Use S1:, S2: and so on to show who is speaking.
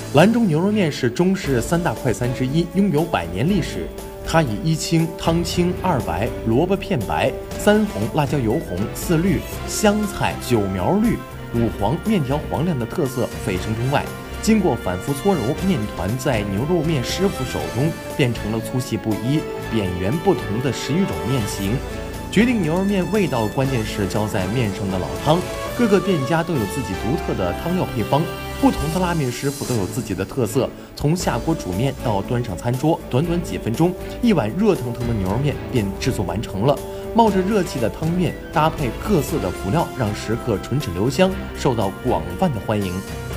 S1: 兰州牛肉面是中式三大快餐之一，拥有100年历史。它以一清、汤清、2白、萝卜片白、3红、辣椒油红、4绿、香菜、9苗绿、5黄、面条黄亮的特色蜚声中外。经过反复搓揉，面团在牛肉面师傅手中变成了粗细不一、扁圆不同的10余种面型。决定牛肉面味道的关键是浇在面上的老汤。各个店家都有自己独特的汤料配方，不同的拉面师傅都有自己的特色。从下锅煮面到端上餐桌，短短几分钟，一碗热腾腾的牛肉面便制作完成了。冒着热气的汤面搭配各色的辅料，让食客唇齿留香，受到广泛的欢迎。